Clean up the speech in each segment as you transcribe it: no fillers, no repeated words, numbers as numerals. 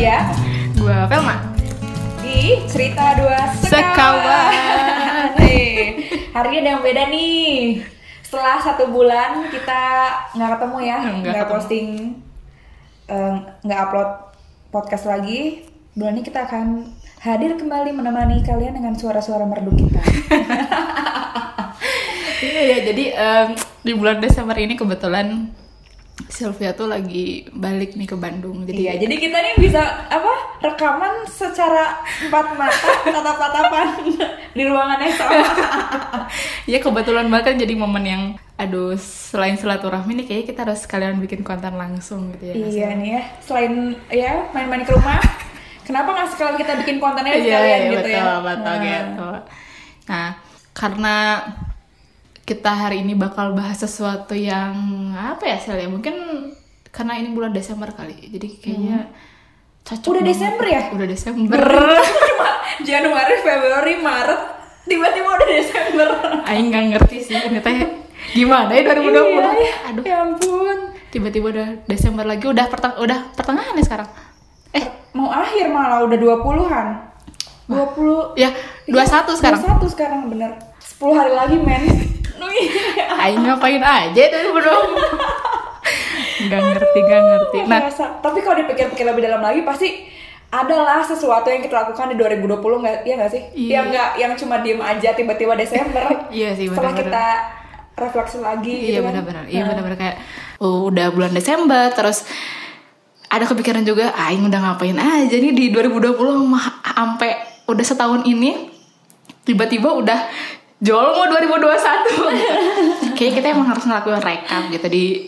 Sylvia. Gua Velma. Di Cerita Dua Sekawan. Hari ini ada yang beda nih. Setelah 1 bulan kita nggak ketemu ya, nggak posting, nggak upload podcast lagi. Bulan ini kita akan hadir kembali menemani kalian dengan suara-suara merdu kita. Iya ya, jadi di bulan Desember ini kebetulan Sylvia tuh lagi balik nih ke Bandung. Jadi iya, jadi kita nih bisa rekaman secara 4 mata, tatap-tatapan di ruangan yang sama. Ya kebetulan banget jadi momen yang selain silaturahmi nih kayaknya kita harus sekalian bikin konten langsung gitu ya. Iya nih ya, selain ya main-main ke rumah, kenapa nggak sekalian kita bikin kontennya sekalian gitu betul, ya? Betul gitu. Nah, karena kita hari ini bakal bahas sesuatu yang apa ya Sel ya, mungkin karena ini bulan Desember kali, jadi kayaknya cocok. Udah banget. Desember ya? Udah Desember. Januari, Februari, Maret, tiba-tiba udah Desember. Aing nggak ngerti sih ini teh gimana ya 2020. Iya, Aduh, ya ampun. Tiba-tiba udah Desember lagi, udah pertengahan ya sekarang. Mau akhir malah udah 20-an. 20 ya 21 sekarang. 21 sekarang bener. 10 hari lagi men. Aing ngapain aja dari belum. Gak ngerti. Nah, tapi kalau dipikir-pikir lebih dalam lagi pasti adalah sesuatu yang kita lakukan di 2020 nggak sih? Iya. Yang cuma diem aja tiba-tiba Desember. Iya sih, setelah benar-benar. Kita refleksi lagi iya, gitu kan. Benar-benar. Iya benar-benar kayak udah bulan Desember, terus ada kepikiran juga aing udah ngapain aja nih di 2020 sampai udah setahun ini, tiba-tiba udah Jolmo 2021. Kayaknya kita emang harus ngelakuin rekap gitu di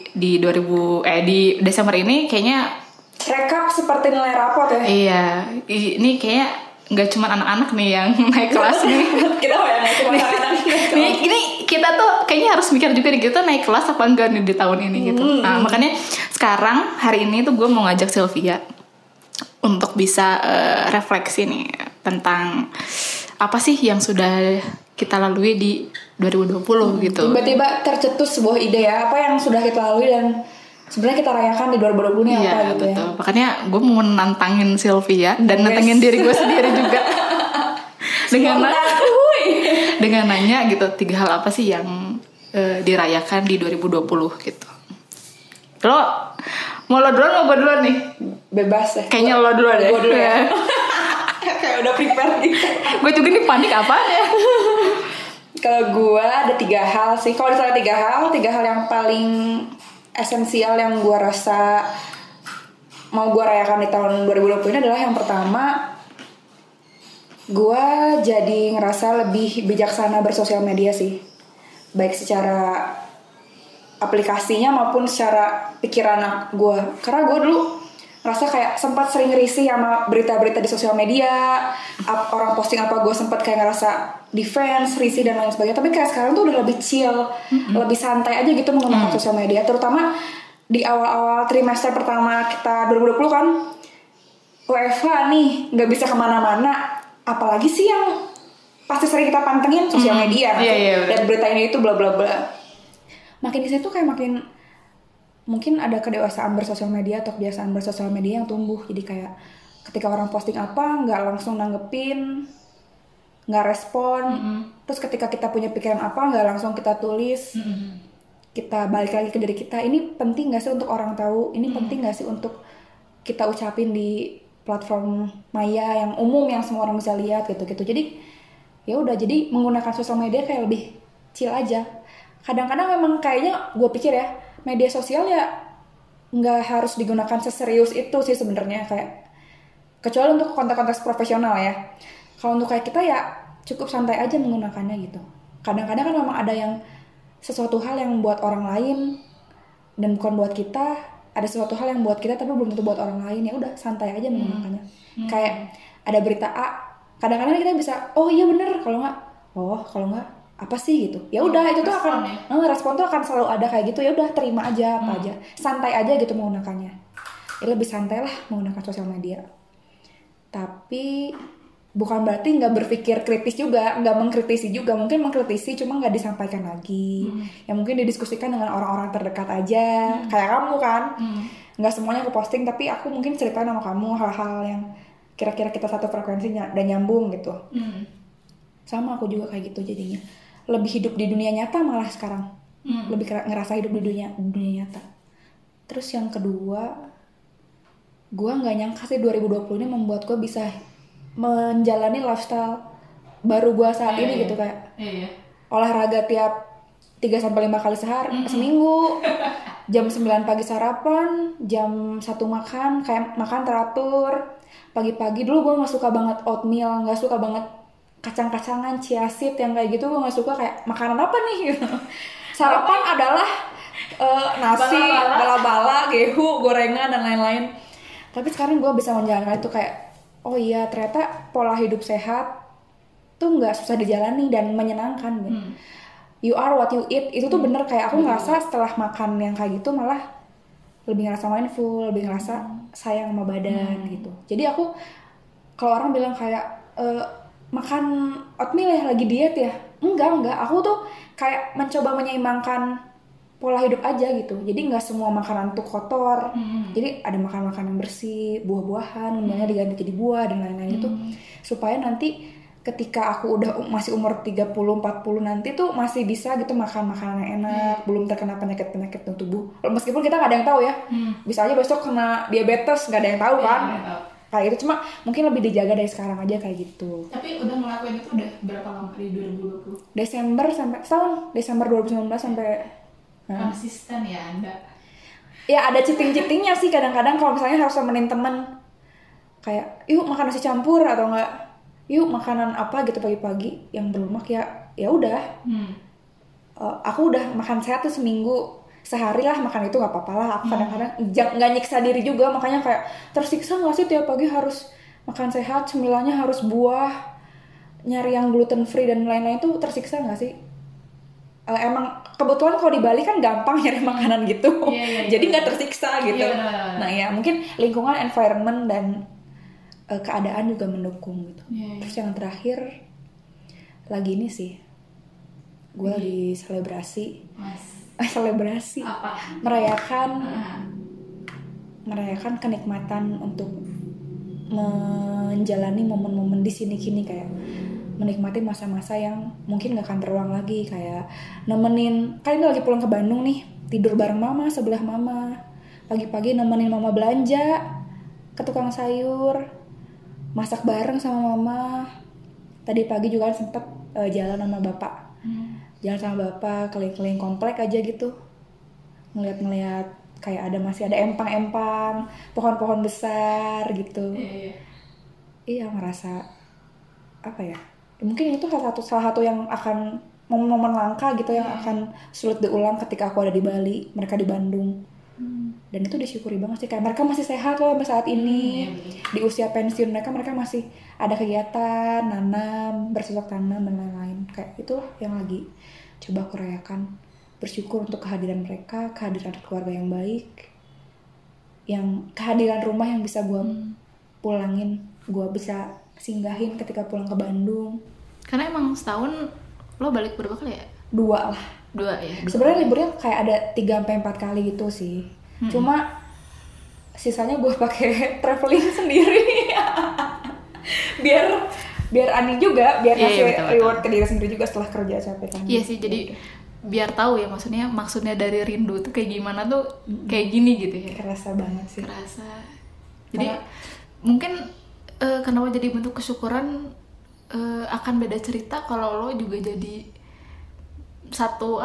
di Desember ini kayaknya. Rekap seperti nilai rapot ya. Iya, ini kayaknya nggak cuma anak-anak nih yang naik kelas nih. Kita nggak cuma anak-anak. Ini kita tuh kayaknya harus mikir juga nih, kita naik kelas apa enggak nih di tahun ini gitu. Nah, makanya sekarang hari ini tuh gue mau ngajak Sylvia untuk bisa refleksi nih tentang apa sih yang sudah kita lalui di 2020 gitu. Tiba-tiba tercetus sebuah ide ya, apa yang sudah kita lalui dan sebenarnya kita rayakan di 2020 ini apa gitu betul. ya. Makanya gue mau nantangin Sylvia dan nantangin diri gue sendiri juga. dengan nanya gitu 3 hal apa sih yang dirayakan di 2020 gitu. Lo mau lo duluan mau gue duluan nih? Bebas ya. Kayaknya lo duluan deh. Gue dulu ya. Kayak udah prepare gitu. Gue juga nih panik apaan ya. Kalau gue ada 3 hal sih. Kalau misalnya 3 hal yang paling esensial yang gue rasa mau gue rayakan di tahun 2020 ini adalah yang pertama, gue jadi ngerasa lebih bijaksana bersosial media sih, baik secara aplikasinya maupun secara pikiran gue. Karena gue dulu ngerasa kayak sempat sering risih sama berita-berita di sosial media, orang posting apa gue sempat kayak ngerasa defense, risih dan lain sebagainya. Tapi kayak sekarang tuh udah lebih chill, lebih santai aja gitu menggunakan sosial media. Terutama di awal-awal trimester pertama kita 2020 kan, WFH nih, nggak bisa kemana-mana. Apalagi sih yang pasti sering kita pantengin sosial media, dan berita ini itu bla bla bla. Makin di situ kayak makin mungkin ada kedewasaan bersosial media atau kebiasaan bersosial media yang tumbuh. Jadi kayak ketika orang posting apa nggak langsung nanggepin, nggak respon. Terus ketika kita punya pikiran apa nggak langsung kita tulis. Kita balik lagi ke diri kita, ini penting nggak sih untuk orang tahu, ini penting nggak sih untuk kita ucapin di platform maya yang umum yang semua orang bisa lihat gitu. Jadi ya udah, jadi menggunakan sosial media kayak lebih chill aja. Kadang-kadang memang kayaknya gue pikir ya, media sosial ya nggak harus digunakan seserius itu sih sebenarnya, kayak kecuali untuk konteks profesional ya. Kalau untuk kayak kita ya cukup santai aja menggunakannya gitu. Kadang-kadang kan memang ada yang sesuatu hal yang buat orang lain dan bukan buat kita, ada sesuatu hal yang buat kita tapi belum tentu buat orang lain. Ya udah santai aja menggunakannya. Kayak ada berita A, kadang-kadang kita bisa oh iya bener, kalau nggak apa sih gitu. Ya udah itu tuh akan respon tuh akan selalu ada kayak gitu. Ya udah terima aja apa aja, santai aja gitu menggunakannya. Ya lebih santai lah menggunakan sosial media. Tapi bukan berarti nggak berpikir kritis juga, nggak mengkritisi juga. Mungkin mengkritisi cuma nggak disampaikan lagi. Ya mungkin didiskusikan dengan orang-orang terdekat aja, kayak kamu kan. nggak semuanya aku posting, tapi aku mungkin ceritain sama kamu hal-hal yang kira-kira kita satu frekuensinya dan nyambung gitu. Sama aku juga kayak gitu jadinya. Lebih hidup di dunia nyata malah sekarang. Lebih ngerasa hidup di dunia nyata. Terus yang kedua, gue nggak nyangka sih 2020 ini membuat gue bisa menjalani lifestyle baru gue saat ini gitu, kayak olahraga tiap 3-5 kali seminggu, jam 9 pagi sarapan, jam 1 makan, kayak makan teratur. Pagi-pagi dulu gue gak suka banget oatmeal, gak suka banget kacang-kacangan, chia seed yang kayak gitu, gue gak suka, kayak makanan apa nih gitu. Sarapan adalah nasi, bala-bala, gehu, gorengan, dan lain-lain. Tapi sekarang gue bisa menjalankan itu kayak, oh iya ternyata pola hidup sehat tuh gak susah dijalani dan menyenangkan gitu. You are what you eat, itu tuh bener, kayak aku ngerasa setelah makan yang kayak gitu malah lebih ngerasa mindful, lebih ngerasa sayang sama badan gitu. Jadi aku, kalau orang bilang kayak makan oatmeal ya lagi diet ya, enggak, aku tuh kayak mencoba menyeimbangkan pola hidup aja gitu. Jadi nggak semua makanan tuh kotor. Jadi ada makan yang bersih, buah-buahan, namanya diganti jadi buah dan lain-lain itu, supaya nanti ketika aku udah masih umur 30-40 nanti tuh masih bisa gitu makan makanan yang enak, belum terkena penyakit-penyakit tubuh. Meskipun kita nggak ada yang tahu ya, bisa aja besok kena diabetes, nggak ada yang tahu kan. Kayak itu, cuma mungkin lebih dijaga dari sekarang aja kayak gitu. Tapi udah ngelakuin itu udah berapa lama di 2020? Desember sampai setahun, Desember 2019 sampai konsisten ya Anda. Ya ada cheating-cheatingnya sih kadang-kadang, kalau misalnya harus temenin temen kayak yuk makan nasi campur atau enggak yuk makanan apa gitu pagi-pagi yang berlemak, ya udah. Aku udah makan sehat tuh seminggu, sehari lah makan itu nggak apa-apa lah. Aku kadang-kadang nggak nyiksa diri juga, makanya kayak tersiksa nggak sih tiap pagi harus makan sehat, cemilannya harus buah, nyari yang gluten free dan lain-lain, tuh tersiksa nggak sih? Emang kebetulan kalau di Bali kan gampang nyari makanan gitu, jadi nggak tersiksa gitu. Nah ya mungkin lingkungan, environment dan keadaan juga mendukung gitu. Terus yang terakhir lagi ini sih, gue lagi selebrasi apa? merayakan kenikmatan untuk menjalani momen-momen di sini kini, kayak menikmati masa-masa yang mungkin gak akan terulang lagi, kayak nemenin, kan ini lagi pulang ke Bandung nih, tidur bareng mama sebelah mama, pagi-pagi nemenin mama belanja ke tukang sayur, masak bareng sama mama. Tadi pagi juga sempet jalan sama bapak, keliling-keliling komplek aja gitu, ngeliat kayak masih ada empang-empang, pohon-pohon besar gitu. Iya ngerasa apa ya? Mungkin itu salah satu yang akan momen-momen langka gitu yang akan sulit diulang ketika aku ada di Bali, mereka di Bandung. Dan itu disyukuri banget sih, kayak mereka masih sehat loh sampai saat ini. Di usia pensiun mereka masih ada kegiatan nanam, bercocok tanam dan lain-lain. Kayak itu yang lagi coba aku rayakan. Bersyukur untuk kehadiran mereka, kehadiran keluarga yang baik, yang kehadiran rumah yang bisa gue pulangin, gue bisa singgahin ketika pulang ke Bandung. Karena emang setahun lo balik berapa kali ya? 2 lah. 2 ya? Sebenarnya liburnya kayak ada 3-4 kali gitu sih. Cuma sisanya gue pakai traveling sendiri. biar aneh juga, biar ngasih reward ke diri sendiri juga setelah kerja capek kan. Iya sih, jadi biar tahu ya maksudnya dari rindu tuh kayak gimana tuh, kayak gini gitu ya. Kerasa banget sih. Jadi mungkin kenapa jadi bentuk kesyukuran akan beda cerita kalau lo juga jadi satu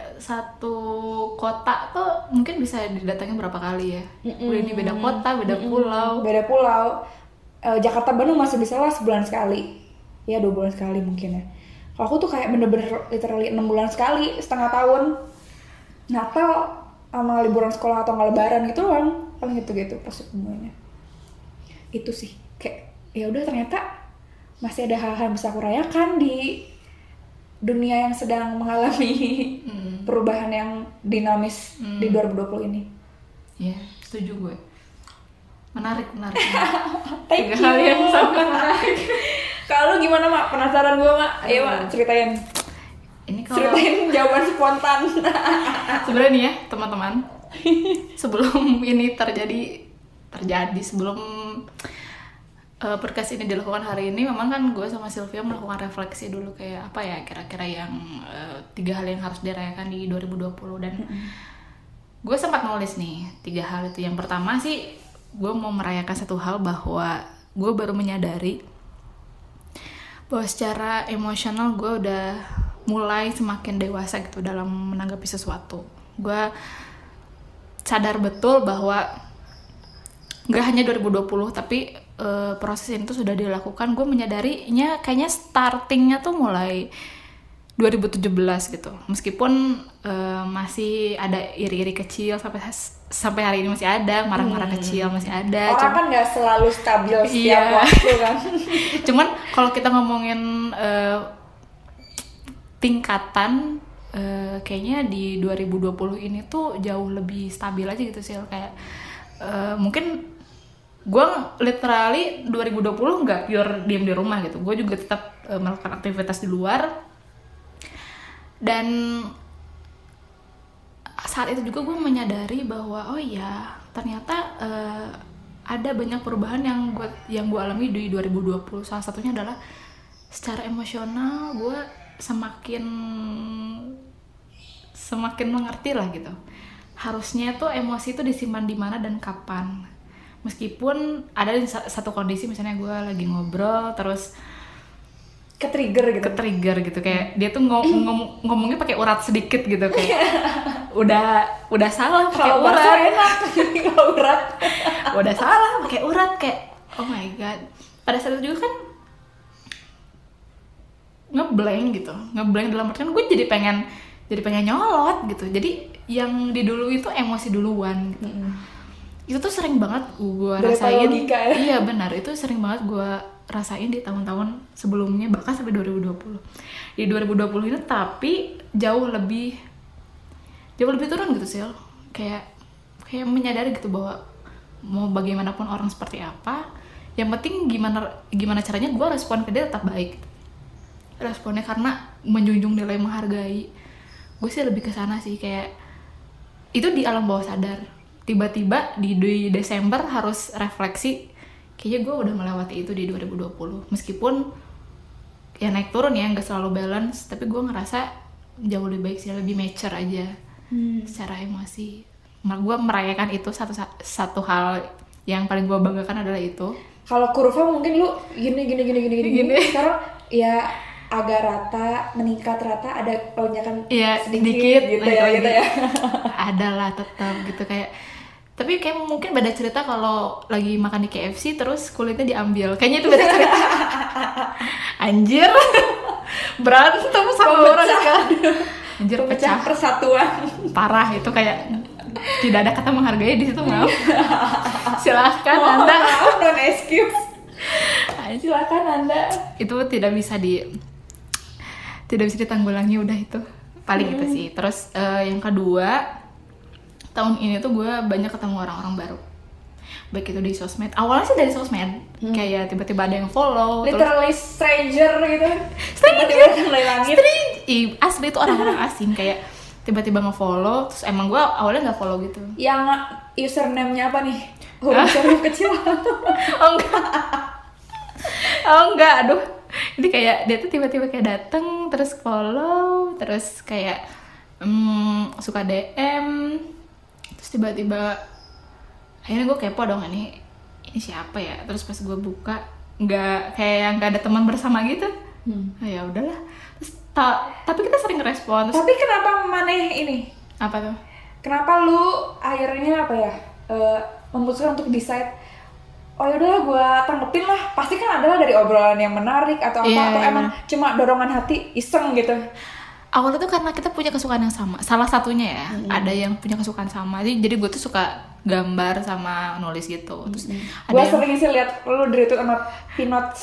kota tuh mungkin bisa didatangin berapa kali ya. Udah ini beda kota, beda pulau. Jakarta Bandung masih bisa lah sebulan sekali, ya 2 bulan sekali mungkin ya. Kalau aku tuh kayak bener-bener literally 6 bulan sekali, setengah tahun, Natal sama liburan sekolah atau nggak lebaran gitu doang, paling gitu pas semuanya. Itu sih kayak ya udah, ternyata masih ada hal-hal yang bisa aku rayakan di dunia yang sedang mengalami perubahan yang dinamis di 2020 ini. Ya, setuju gue. Menarik. Thank you. Hal yang sangat menarik. Kalau gimana Mak? Penasaran gue Mak. Ayo Mak, ceritain jawaban spontan. Sebenarnya nih ya teman-teman, sebelum ini terjadi sebelum podcast ini dilakukan hari ini, memang kan gue sama Sylvia melakukan refleksi dulu kayak apa ya kira-kira yang 3 hal yang harus dirayakan di 2020. Dan gue sempat nulis nih 3 hal itu. Yang pertama sih gue mau merayakan satu hal, bahwa gue baru menyadari bahwa secara emosional gue udah mulai semakin dewasa gitu dalam menanggapi sesuatu. Gue sadar betul bahwa gak hanya 2020 tapi proses ini tuh sudah dilakukan. Gue menyadarinya kayaknya startingnya tuh mulai 2017 gitu. Meskipun masih ada iri-iri kecil sampai hari ini masih ada, marah-marah kecil masih ada. Orang kan nggak selalu stabil setiap waktu kan. Cuman kalau kita ngomongin tingkatan, kayaknya di 2020 ini tuh jauh lebih stabil aja gitu sih. Kayak mungkin gue literally 2020 nggak pure diem di rumah gitu. Gue juga tetap melakukan aktivitas di luar. Dan saat itu juga gue menyadari bahwa oh ya ternyata ada banyak perubahan yang gue alami di 2020. Salah satunya adalah secara emosional gue semakin mengerti lah gitu. Harusnya tuh emosi itu disimpan di mana dan kapan. Meskipun ada di satu kondisi, misalnya gue lagi ngobrol terus ke-trigger gitu kayak dia tuh ngomongnya pakai urat sedikit gitu, kayak udah salah pakai urat. Kalau urat udah salah pakai urat, kayak oh my god. Pada saat itu juga kan ngeblank dalam artian gue jadi pengen nyolot gitu. Jadi yang didulu itu emosi duluan gitu. Itu tuh sering banget gue rasain. Logika, ya? Iya benar, itu sering banget gue rasain di tahun-tahun sebelumnya, bahkan sampai 2020. Di 2020 ini tapi jauh lebih turun gitu sih. Kayak menyadari gitu bahwa mau bagaimanapun orang seperti apa, yang penting gimana caranya gue respon ke dia tetap baik. Responnya karena menjunjung nilai menghargai. Gue sih lebih ke sana sih, kayak itu di alam bawah sadar. Tiba-tiba di Desember harus refleksi, kayaknya gue udah melewati itu di 2020. Meskipun ya naik turun ya, nggak selalu balance, tapi gue ngerasa jauh lebih baik sih, lebih mature aja secara emosi. Gue merayakan itu satu hal yang paling gue banggakan adalah itu. Kalau kurva mungkin lu gini. Sekarang ya agak rata, meningkat rata, ada lonjakan sedikit gitu ya. Adalah tetap gitu kayak. Tapi kayak mungkin beda cerita kalau lagi makan di KFC terus kulitnya diambil. Kayaknya itu beda cerita. Anjir. Berantem sama orang kan. Anjir, pecah persatuan. Parah itu, kayak tidak ada kata menghargai di situ, maaf. Silahkan Anda. Maaf, non excuse. Silahkan Anda. Itu tidak bisa ditanggulangi, udah itu. Paling itu sih. Terus yang kedua, tahun ini tuh gue banyak ketemu orang-orang baru, baik itu di sosmed. Awalnya sih dari sosmed, kayak tiba-tiba ada yang follow, literally stranger gitu. Stranger dari langit. Asli itu orang-orang asing, kayak tiba-tiba nge-follow. Terus emang gue awalnya nggak follow gitu. Yang username-nya apa nih? Huruf kecil. Oh enggak, aduh. Jadi kayak dia tuh tiba-tiba kayak dateng terus follow, terus kayak suka DM. Terus tiba-tiba akhirnya gue kepo dong, ini siapa ya. Terus pas gue buka nggak ada teman bersama gitu. Ya udahlah. Terus tapi kita sering respon. Tapi kenapa maneh ini? Apa tuh? Kenapa lu akhirnya apa ya memutuskan untuk decide, oh yaudahlah gue tanggepin lah. Pasti kan adalah dari obrolan yang menarik atau apa, atau emang cuma dorongan hati iseng gitu. Awalnya tuh karena kita punya kesukaan yang sama. Salah satunya ya, ada yang punya kesukaan sama. Jadi gue tuh suka gambar sama nulis gitu. Terus gue sering sih lihat lu dari itu sama Pinot.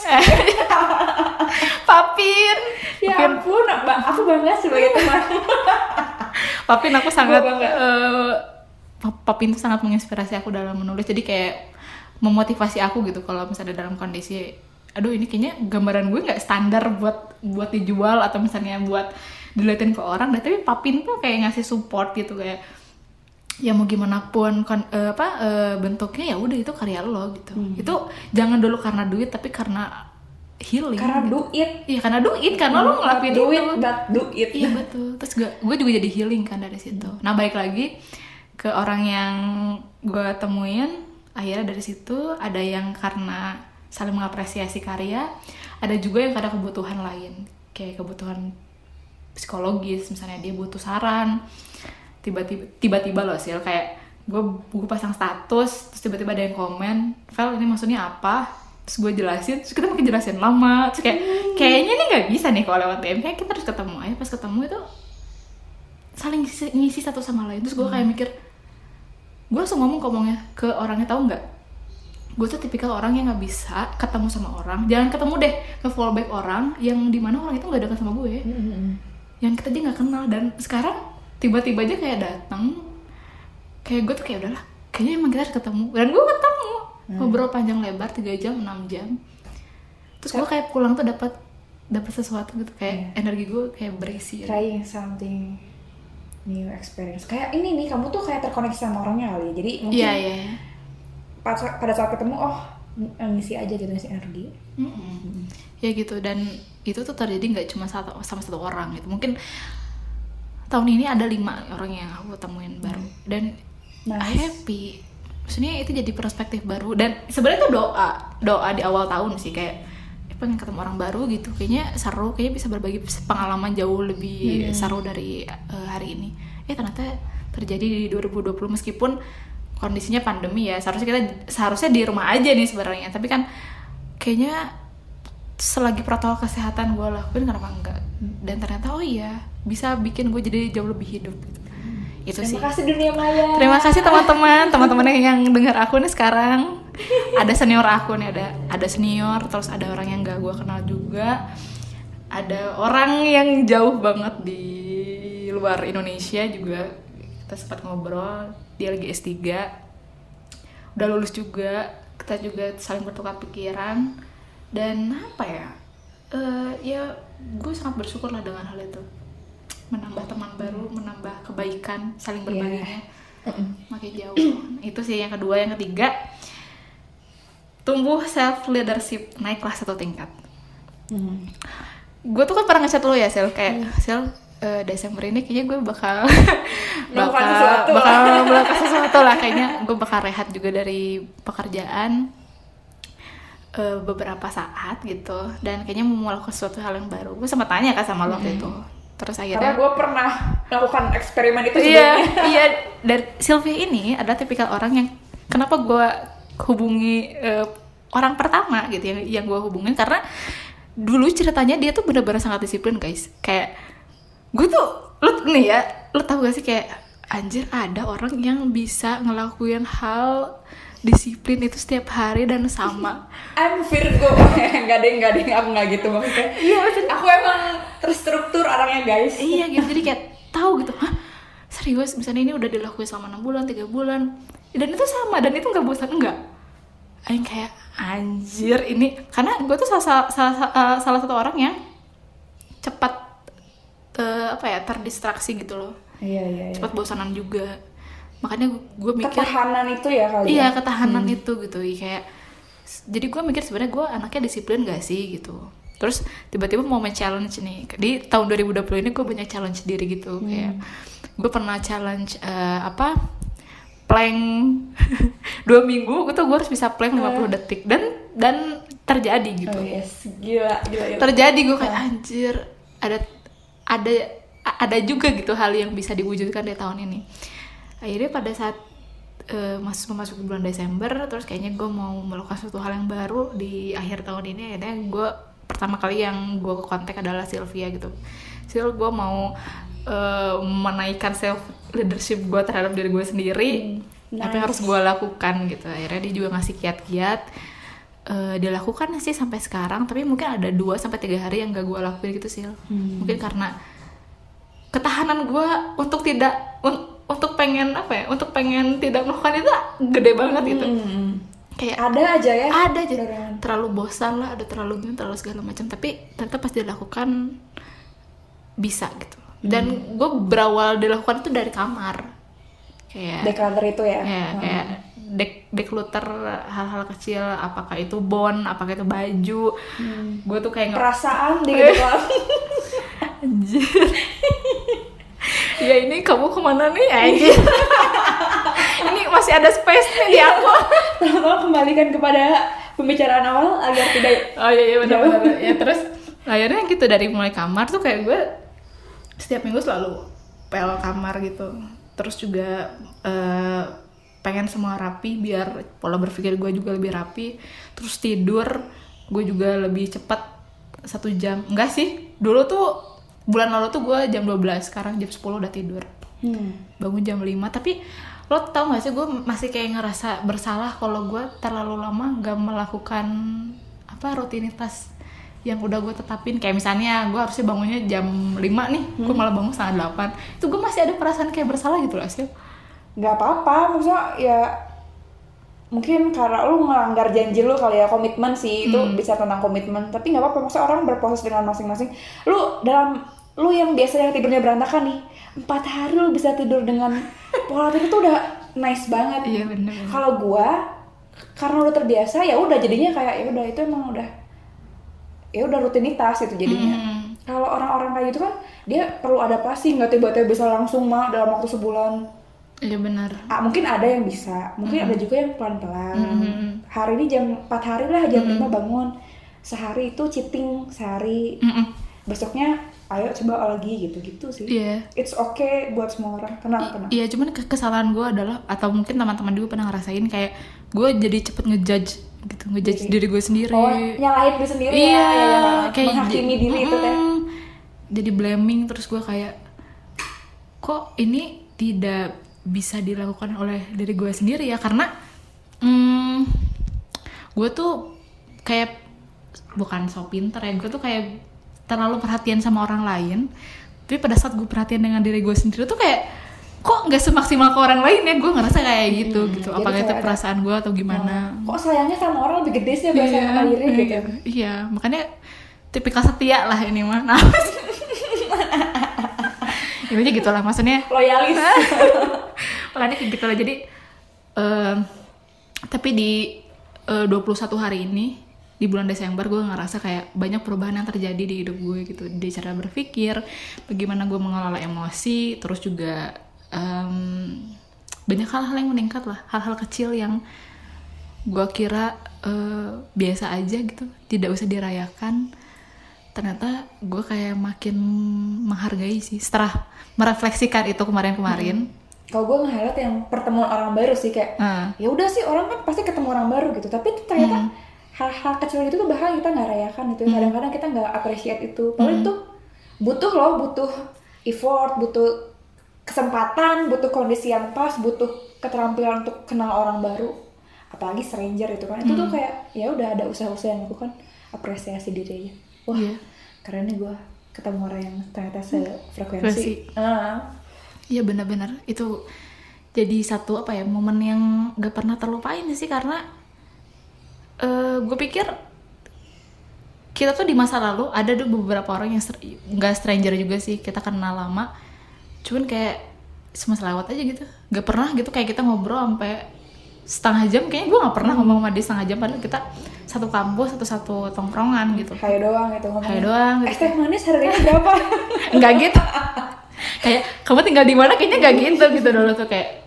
Papin. Ya ampun, aku bangga sebagai teman. Papin aku sangat Papin tuh sangat menginspirasi aku dalam menulis. Jadi kayak memotivasi aku gitu kalau misalnya dalam kondisi, aduh ini kayaknya gambaran gue nggak standar buat dijual atau misalnya buat diliatin ke orang, tapi Papin tuh kayak ngasih support gitu, kayak ya mau gimana pun bentuknya, ya udah itu karya lo gitu. Itu jangan dulu karena duit, tapi karena healing. Karena gitu. duit. Iya, karena duit, karena lo ngelakuin duit, itu. duit. Iya betul. Terus gue juga jadi healing kan dari situ. Nah, balik lagi ke orang yang gue temuin, akhirnya dari situ ada yang karena saling mengapresiasi karya, ada juga yang karena kebutuhan lain, kayak kebutuhan psikologis, misalnya dia butuh saran. Tiba-tiba loh Sil, kayak gue pasang status, terus tiba-tiba ada yang komen, Vel ini maksudnya apa? Terus gue jelasin, terus kita makin jelasin lama, terus kayaknya nih nggak bisa nih kalau lewat DM, kayak kita harus ketemu aja. Pas ketemu itu saling ngisi satu sama lain. Terus gue kayak mikir, gue langsung ngomongnya ke orangnya, tahu nggak? Gue tuh tipikal orang yang nggak bisa ketemu sama orang, jangan ketemu deh, nge-follow back orang yang dimana orang itu nggak dekat sama gue, yang kita aja nggak kenal. Dan sekarang tiba-tiba aja kayak datang, kayak gue tuh kayak udahlah, kayaknya emang kita harus ketemu. Dan gue ketemu, ngobrol panjang lebar 3 jam 6 jam. Terus gue kayak pulang tuh dapat sesuatu gitu, kayak energi gue kayak berisi. Trying something new experience. Kayak ini nih, kamu tuh kayak terkoneksi sama orangnya kali. Jadi mungkin pada saat ketemu, ngisi aja gitu, ngisi energi. Ya gitu. Dan itu tuh terjadi nggak cuma sama satu orang gitu. Mungkin tahun ini ada 5 orang yang aku temuin baru, dan happy. Maksudnya itu jadi perspektif baru, dan sebenarnya itu doa di awal tahun sih, kayak pengen ketemu orang baru gitu, kayaknya seru, kayaknya bisa berbagi pengalaman jauh lebih seru dari hari ini. Ternyata terjadi di 2020, meskipun kondisinya pandemi ya, seharusnya di rumah aja nih sebenarnya, tapi kan kayaknya selagi protokol kesehatan gue lakuin, kenapa enggak? Dan ternyata bisa bikin gue jadi jauh lebih hidup gitu. Itu Terima sih. kasih dunia maya. Terima kasih teman-teman yang dengar aku nih sekarang. Ada senior aku nih, ada senior, terus ada orang yang gak gue kenal juga, ada orang yang jauh banget di luar Indonesia juga. Kita sempat ngobrol, dia lagi S3, udah lulus juga, kita juga saling bertukar pikiran. Dan ya gue sangat bersyukur lah dengan hal itu, menambah teman baru, menambah kebaikan, saling berbaginya makin jauh. Itu sih yang kedua. Yang ketiga, tumbuh self leadership, naik kelas 1 tingkat. Gue tuh kan pernah ngechat lo ya Sil, kayak Sil, Desember ini kayaknya gue bakal melakukan sesuatu lah, kayaknya gue bakal rehat juga dari pekerjaan beberapa saat gitu, dan kayaknya mau melakukan sesuatu hal yang baru. Gue sempat tanya kan sama lo waktu itu. Terus akhirnya, karena gue pernah melakukan eksperimen itu sebelumnya. Iya. Dan Sylvia ini adalah tipikal orang yang, kenapa gue hubungi orang pertama gitu yang gue hubungin, karena dulu ceritanya dia tuh benar-benar sangat disiplin guys. Kayak gue tuh, lo tau gak sih, kayak anjir, ada orang yang bisa ngelakuin hal disiplin itu setiap hari dan sama. I'm Virgo. Gak deh, aku gak gitu maksudnya. Iya, aku emang terstruktur orangnya guys. Iya gitu, jadi kayak tahu gitu, serius misalnya ini udah dilakuin selama 6 bulan, 3 bulan, dan itu sama, dan itu gak bosan, enggak. Aing kayak anjir ini, karena gue tuh salah satu orang yang cepat terdistraksi gitu loh. Iya. Cepat bosanan juga. Makanya gue mikir ketahanan itu ya kali. Iya, ketahanan itu gitu. Kayak jadi gue mikir sebenarnya gue anaknya disiplin gak sih gitu. Terus tiba-tiba mau challenge nih. Di tahun 2020 ini gue banyak challenge diri gitu. Kayak gue pernah challenge plank 2 minggu, gue harus bisa plank 50 detik, dan terjadi gitu. Oh yes, gila. Terjadi, gue kayak anjir, ada juga gitu hal yang bisa diwujudkan di tahun ini. Akhirnya pada saat masuk bulan Desember, terus kayaknya gue mau melakukan suatu hal yang baru di akhir tahun ini. Akhirnya gue pertama kali yang gue kontak adalah Sylvia gitu. Sil, gue mau menaikkan self leadership gue terhadap diri gue sendiri. Apa yang harus gue lakukan gitu. Akhirnya dia juga ngasih kiat-kiat. Dia lakukan sih sampai sekarang, tapi mungkin ada 2-3 hari yang gak gue lakuin gitu Sil. Mungkin karena ketahanan gue untuk pengen tidak melakukan itu gede banget gitu. Kayak ada aja. Terlalu bosan lah, ada terlalu segala macam, tapi ternyata pas dilakukan bisa gitu. Dan gue berawal dilakukan itu dari kamar. kayak Declutter itu ya. kayak declutter hal-hal kecil, apakah itu bond, apakah itu baju. Gue tuh kayak Perasaan di declutter. anjir. Ya ini kamu kemana nih anjir? Ini masih ada space nih di aku. Tolong kembalikan kepada pembicaraan awal agar tidak. Oh iya benar. Ya terus akhirnya gitu, dari mulai kamar tuh kayak gue setiap minggu selalu pel kamar gitu. Terus juga pengen semua rapi biar pola berpikir gue juga lebih rapi. Terus tidur gue juga lebih cepat 1 jam. Enggak sih, dulu tuh bulan lalu tuh gue jam 12, sekarang jam 10 udah tidur. Bangun jam 5. Tapi lo tau gak sih, gue masih kayak ngerasa bersalah kalau gue terlalu lama gak melakukan rutinitas yang udah gue tetapin. Kayak misalnya gue harusnya bangunnya jam 5 nih, gue malah bangun setengah 8. Itu gue masih ada perasaan kayak bersalah gitu loh sih. Nggak apa-apa, maksudnya ya mungkin karena lu melanggar janji lu kali ya, komitmen sih itu bisa tentang komitmen. Tapi nggak apa-apa, maksudnya orang berproses dengan masing-masing. Lu yang biasanya tidurnya berantakan nih, 4 hari lu bisa tidur dengan pola tidur tuh udah nice banget. Iya bener. Kalau gua karena udah terbiasa ya udah jadinya kayak ya udah itu emang udah rutinitas itu jadinya. Kalau orang-orang kayak gitu kan dia perlu adaptasi, nggak tiba-tiba bisa langsung dalam waktu sebulan. Iya benar. Mungkin ada yang bisa, mungkin ada juga yang pelan-pelan. Hari ini jam 4 hari lah, jam 5 bangun. Sehari itu cheating sehari. Besoknya ayo coba lagi gitu-gitu sih. Iya. It's okay buat semua orang. Tenang. Iya, cuman kesalahan gue adalah, atau mungkin teman-teman juga pernah ngerasain, kayak gue jadi cepet ngejudge gitu, diri gue sendiri. Oh, nyalahin diri sendiri iya, ya, kayak menghakimi diri itu teh. Jadi blaming, terus gue kayak kok ini tidak bisa dilakukan oleh diri gue sendiri ya, karena gue tuh kayak bukan so pinter ya, gue tuh kayak terlalu perhatian sama orang lain. Tapi pada saat gue perhatian dengan diri gue sendiri tuh kayak kok nggak semaksimal ke orang lain ya, gue ngerasa kayak gitu. Apakah itu perasaan gue atau gimana? Kok sayangnya sama orang lebih gede sih perasaan sama diri gitu. Iya, makanya tipikal setia lah ini mah. Nah, ya gitulah maksudnya. Loyalis. Makanya gitu lah. Jadi tapi di 21 hari ini di bulan Desember gue ngerasa kayak banyak perubahan yang terjadi di hidup gue gitu, di cara berpikir, bagaimana gue mengelola emosi, terus juga banyak hal-hal yang meningkat lah, hal-hal kecil yang gue kira biasa aja gitu, tidak usah dirayakan. Ternyata gue kayak makin menghargai sih setelah merefleksikan itu kemarin-kemarin. Kalau gue nge-highlight yang pertemuan orang baru sih, kayak ya udah sih, orang kan pasti ketemu orang baru gitu, tapi ternyata hal-hal kecil itu tuh bahkan kita nggak rayakan itu. Kadang-kadang kita nggak appreciate itu. Padahal itu butuh effort, butuh kesempatan, butuh kondisi yang pas, butuh keterampilan untuk kenal orang baru, apalagi stranger itu kan. Itu tuh kayak ya udah ada usaha-usaha yang lakukan, apresiasi diri aja. Wah, keren nih gue ketemu orang yang ternyata sefrekuensi. Iya benar-benar itu jadi satu momen yang gak pernah terlupain sih, karena gue pikir kita tuh di masa lalu ada beberapa orang yang nggak stranger juga sih, kita kenal lama, cuman kayak semasa lewat aja gitu, nggak pernah gitu kayak kita ngobrol sampai setengah jam. Kayaknya gue nggak pernah ngomong sama dia setengah jam, padahal kita satu kampus, satu tongkrongan gitu. Hayo doang gitu ngomongnya. Hayo doang gitu. Teh manis harganya berapa? Nggak gitu. Kayak kamu tinggal di mana, kayaknya nggak gitu dulu tuh, kayak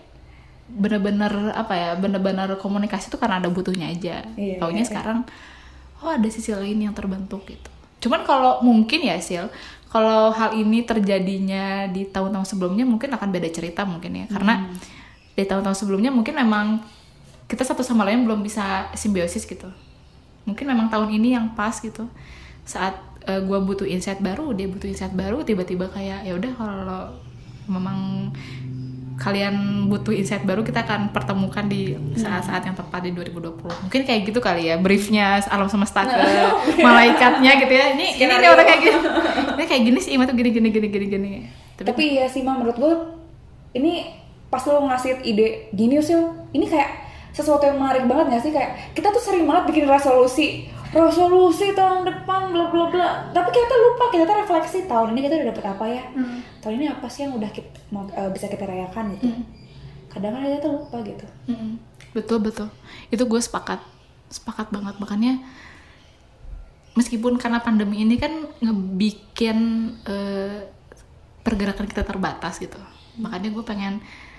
bener-bener komunikasi tuh karena ada butuhnya aja. Taunya sekarang ada sisi lain yang terbentuk gitu. Cuman kalau mungkin ya Sil, kalau hal ini terjadinya di tahun-tahun sebelumnya mungkin akan beda cerita mungkin ya, karena di tahun-tahun sebelumnya mungkin memang kita satu sama lain belum bisa simbiosis gitu. Mungkin memang tahun ini yang pas gitu, saat gue butuh insight baru, dia butuh insight baru, tiba-tiba kayak ya udah kalau memang kalian butuh insight baru, kita akan pertemukan di saat-saat yang tepat di 2020. Mungkin kayak gitu kali ya briefnya alam semesta ke malaikatnya gitu ya. Ini orang kayak gini. Ini kayak gini sih, tuh gini. Tapi ya sih menurut gue ini pas lo ngasih ide gini sih, ini kayak sesuatu yang menarik banget nggak sih? Kayak kita tuh sering banget bikin resolusi tahun depan bla bla bla, tapi kita lupa, kita tuh refleksi tahun ini kita udah dapet apa ya, tahun ini apa sih yang udah bisa kita rayakan gitu. kadang aja tuh lupa gitu. Betul itu gue sepakat banget. Makanya meskipun karena pandemi ini kan ngebikin pergerakan kita terbatas gitu, makanya gue pengen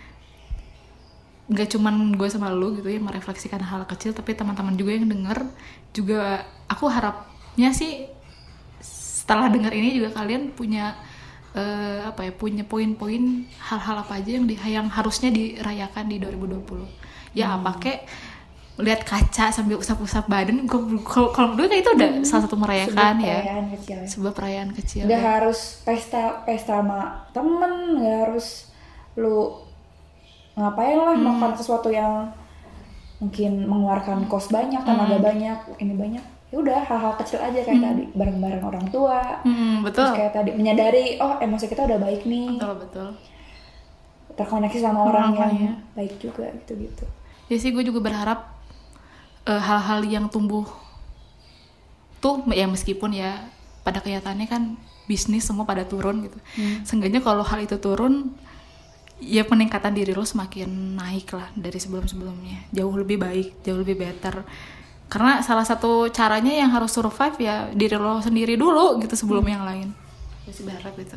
nggak cuman gue sama lu gitu ya merefleksikan hal kecil, tapi teman-teman juga yang denger juga, aku harapnya sih setelah denger ini juga kalian punya punya poin-poin hal-hal apa aja yang harusnya dirayakan di 2020 ya. Apa kayak lihat kaca sambil usap-usap badan, kalau menurut itu udah salah satu merayakan sebuah perayaan kecil. Nggak harus pesta sama temen, nggak harus lu ngapain lah melakukan sesuatu yang mungkin mengeluarkan kos banyak, tenaga banyak, ini banyak. Ya udah hal-hal kecil aja kayak tadi bareng-bareng orang tua. Betul. Terus kayak tadi menyadari emosi kita udah baik nih. Betul. Terkoneksi sama orang yang baik juga gitu. Ya sih, gue juga berharap hal-hal yang tumbuh tuh ya, meskipun ya pada kenyataannya kan bisnis semua pada turun gitu. Seenggaknya kalau hal itu turun, ya peningkatan diri lo semakin naik lah dari sebelum-sebelumnya, jauh lebih baik, jauh lebih better. Karena salah satu caranya yang harus survive ya diri lo sendiri dulu gitu sebelum yang lain. Gue sih berharap itu.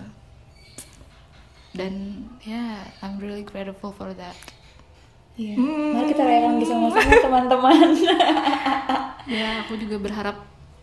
Dan ya I'm really grateful for that. Iya. Mari kita rayakan bersama-sama teman-teman. Ya, aku juga berharap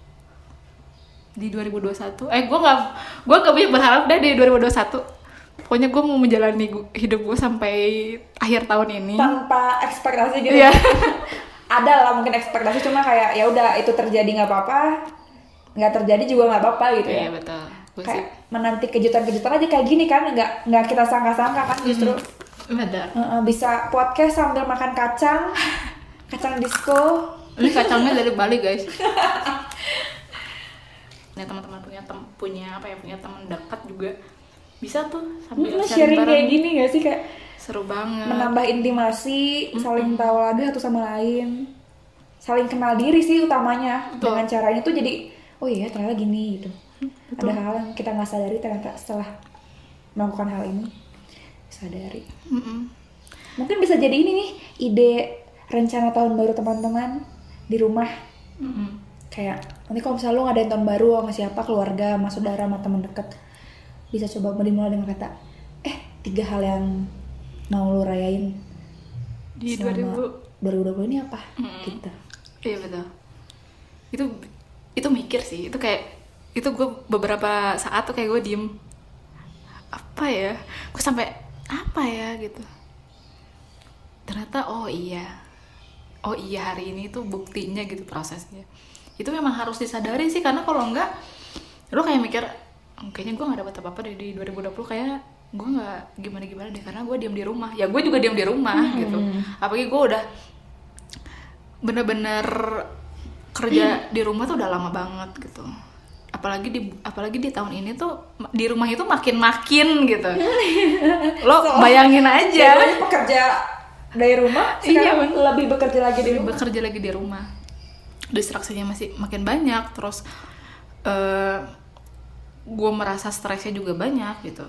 di 2021. Gue nggak banyak berharap deh di 2021. Pokoknya gue mau menjalani hidup gue sampai akhir tahun ini tanpa ekspektasi gitu. Iya. Ada lah mungkin ekspektasi, cuma kayak ya udah itu terjadi nggak apa-apa, nggak terjadi juga nggak apa-apa gitu ya. Iya betul. Kayak menanti kejutan-kejutan aja kayak gini kan, nggak kita sangka-sangka kan justru. Benar. Bisa podcast sambil makan kacang disco. Ini kacangnya dari Bali guys. Nah teman-teman punya teman dekat juga bisa tuh sambil sharing kayak gini nggak sih, kayak seru banget, menambah intimasi, saling tahu lagi satu sama lain, saling kenal diri sih utamanya. Betul. Dengan cara ini tuh jadi oh iya ternyata gini gitu. Betul. Ada hal yang kita nggak sadari ternyata setelah melakukan hal ini sadari. Mungkin bisa jadi ini nih ide rencana tahun baru teman-teman di rumah. Kayak nanti kalau misalnya lu ngadain tahun baru sama siapa, keluarga, sama saudara, sama teman dekat, bisa coba dimulai dengan kata 3 hal yang mau lu rayain di selama 2020 ini apa gitu. Iya betul. Itu mikir sih, itu kayak itu gue beberapa saat tuh kayak gue diem, apa ya, gue sampai apa ya gitu. Ternyata oh iya hari ini tuh buktinya gitu prosesnya. Itu memang harus disadari sih, karena kalau enggak lo kayak mikir kayaknya gue nggak dapat apa-apa di 2020, kayak gue nggak gimana deh karena gue diam di rumah. Ya gue juga diam di rumah gitu. Apalagi gue udah bener-bener kerja di rumah tuh udah lama banget gitu. Apalagi di tahun ini tuh di rumah itu makin gitu. Lo bayangin aja. Ya, pekerja dari rumah sekarang lebih bekerja lagi di rumah. Distraksinya masih makin banyak, terus gue merasa stresnya juga banyak gitu.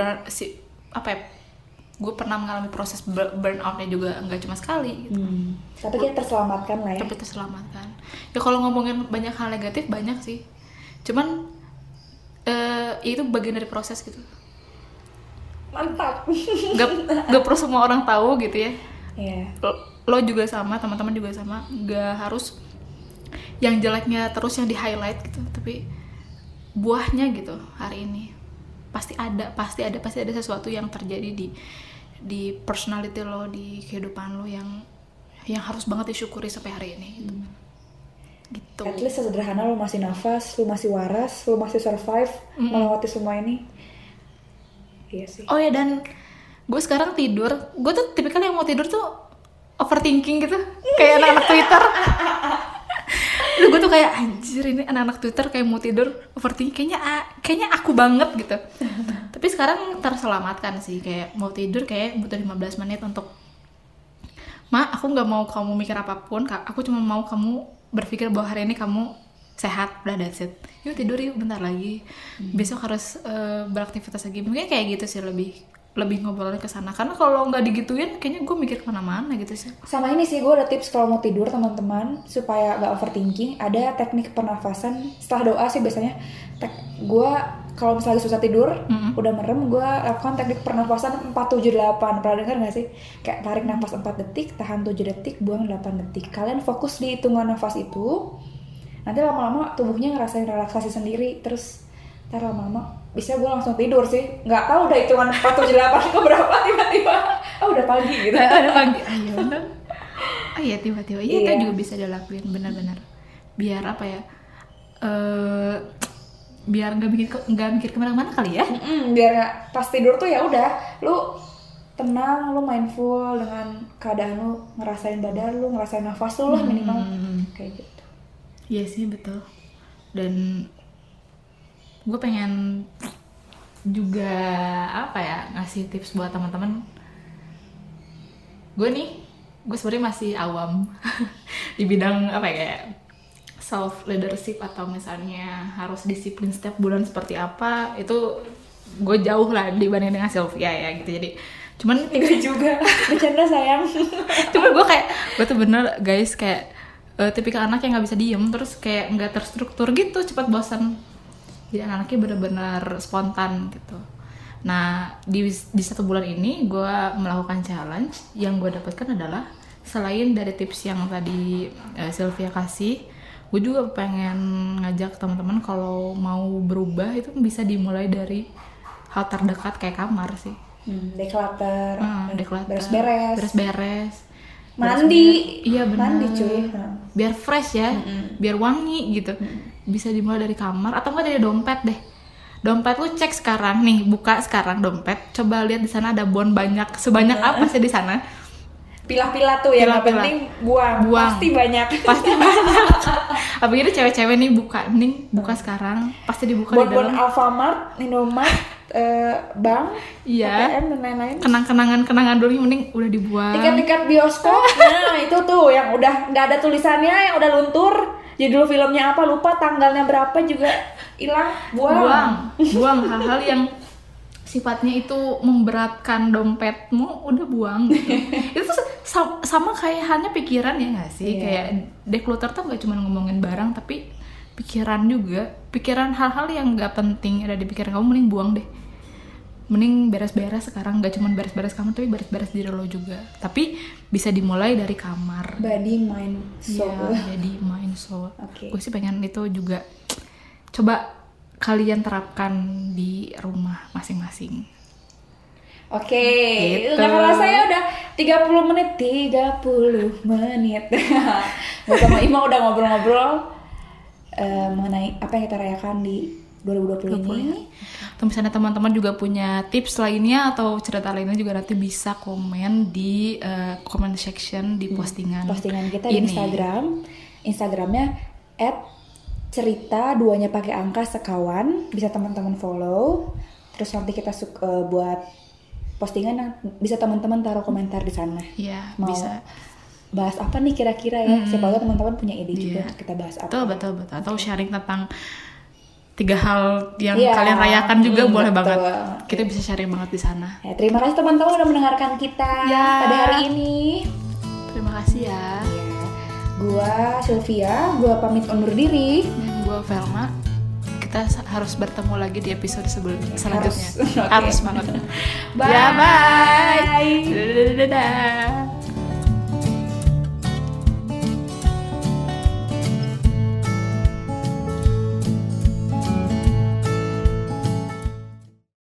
Gue pernah mengalami proses burnoutnya juga nggak cuma sekali gitu. Tapi kita terselamatkan lah ya. Tapi terselamatkan. Ya kalau ngomongin banyak hal negatif banyak sih. Cuman itu bagian dari proses gitu. Mantap. Gak perlu semua orang tahu gitu ya. Yeah. Lo juga sama, teman-teman juga sama. Gak harus yang jeleknya terus yang di highlight gitu. Tapi buahnya gitu hari ini pasti ada sesuatu yang terjadi di personality lo, di kehidupan lo yang harus banget disyukuri sampai hari ini gitu. At least sederhana lo masih nafas, lo masih waras, lo masih survive melewati semua ini. Iya sih. Oh ya, dan gue sekarang tidur, gue tuh tipikal yang mau tidur tuh overthinking gitu, kayak anak-anak Twitter. Lu gue tuh kayak anjir, ini anak-anak Twitter kayak mau tidur overthinking, kayaknya aku banget gitu. Tapi sekarang terselamatkan sih, kayak mau tidur kayak butuh 15 menit untuk aku nggak mau kamu mikir apapun, aku cuma mau kamu berpikir bahwa hari ini kamu sehat, udah that's it. Yuk tidur yuk bentar lagi, besok harus beraktivitas lagi. Mungkin kayak gitu sih lebih lebih ngobrolnya ke sana. Karena kalau nggak digituin kayaknya gue mikir kemana-mana gitu sih. Sama ini sih, gue ada tips kalau mau tidur teman-teman supaya gak overthinking. Ada teknik pernafasan setelah doa sih biasanya. Gue kalau misalnya susah tidur, udah merem, gue lakukan teknik pernafasan 4-7-8. Pernah dengar gak sih? Kayak tarik nafas 4 detik, tahan 7 detik, buang 8 detik. Kalian fokus di hitungan nafas itu, nanti lama-lama tubuhnya ngerasain relaksasi sendiri. Terus ntar lama-lama bisa gue langsung tidur sih, nggak tahu udah hitungan 4-7-8 ke berapa, tiba-tiba udah pagi gitu. Udah pagi, ayo bener. Iya tiba-tiba, itu juga bisa dilakuin, benar-benar. Biar apa ya? Biar nggak mikir kemana-mana kali ya. Biar pas tidur tuh ya udah, lu tenang, lu mindful dengan keadaan lu, ngerasain badan lu, ngerasain nafas lu lah minimal, kayak gitu. Iya sih betul. Dan gue pengen juga apa ya, ngasih tips buat teman-teman. Gue sebenarnya masih awam di bidang apa ya, kayak self leadership atau misalnya harus disiplin setiap bulan seperti apa, itu gue jauh lah dibanding dengan Sylvia ya gitu. Jadi cuman enggak juga, bercanda sayang. Cuman gue tuh bener guys, kayak tipikal anak yang nggak bisa diem, terus kayak nggak terstruktur gitu, cepat bosan. Jadi anaknya benar-benar spontan gitu. Nah di 1 bulan ini gue melakukan challenge. Yang gue dapatkan adalah selain dari tips yang tadi Sylvia kasih, gue juga pengen ngajak teman-teman kalau mau berubah itu bisa dimulai dari hal terdekat kayak kamar sih. Declutter, beres-beres, mandi. Iya benar. Mandi cuy. Biar fresh ya, biar wangi gitu. Bisa dimulai dari kamar atau enggak dari dompet deh. Dompet lu cek sekarang nih, buka sekarang dompet, coba lihat di sana ada bon sebanyak apa sih di sana. Pilah-pilah tuh yang penting buang. Pasti banyak. Apalagi cewek-cewek nih buka sekarang, pasti dibuka di dalam. Bon Alfamart, Indomart, bank, iya, ATM dan lain-lain. Kenangan dulu mending udah dibuang. Tiket bioskop, nah itu tuh yang udah nggak ada tulisannya, yang udah luntur, judul filmnya apa lupa, tanggalnya berapa juga hilang, buang hal-hal yang sifatnya itu memberatkan dompetmu, udah buang gitu. Itu sama kayak halnya pikiran ya nggak sih? Kayak declutter tuh nggak cuma ngomongin barang, tapi pikiran juga. Pikiran hal-hal yang nggak penting ada di pikiran kamu, mending buang deh. Mending beres-beres sekarang, nggak cuma beres-beres kamar, tapi beres-beres diri lo juga. Tapi bisa dimulai dari kamar. Body, mind, soul. Ya, body, mind, soul. Okay. Gue sih pengen itu juga coba kalian terapkan di rumah masing-masing. Oke, gitu. Nggak kerasa ya udah 30 menit. Gue sama Ima udah ngobrol-ngobrol mengenai apa yang kita rayakan di 2020 ini. Atau misalnya teman-teman juga punya tips lainnya atau cerita lainnya juga nanti bisa komen di comment section di postingan kita ini. Di Instagramnya @cerita 2-nya pakai angka sekawan, bisa teman-teman follow. Terus nanti kita buat postingan, bisa teman-teman taruh komentar di sana. Iya, mau bisa bahas apa nih kira-kira ya. Siapa tahu teman-teman punya ide juga untuk kita bahas apa. Betul. Atau sharing tentang 3 hal yang kalian rayakan juga boleh banget. Kita bisa sharing banget di sana. Ya, terima kasih teman-teman udah mendengarkan kita pada hari ini. Terima kasih ya. Gua Sylvia, gua pamit undur diri. Dan gua Velma. Kita harus bertemu lagi di episode selanjutnya. Harus. Harus banget. Bye. Ya, bye. Dadah.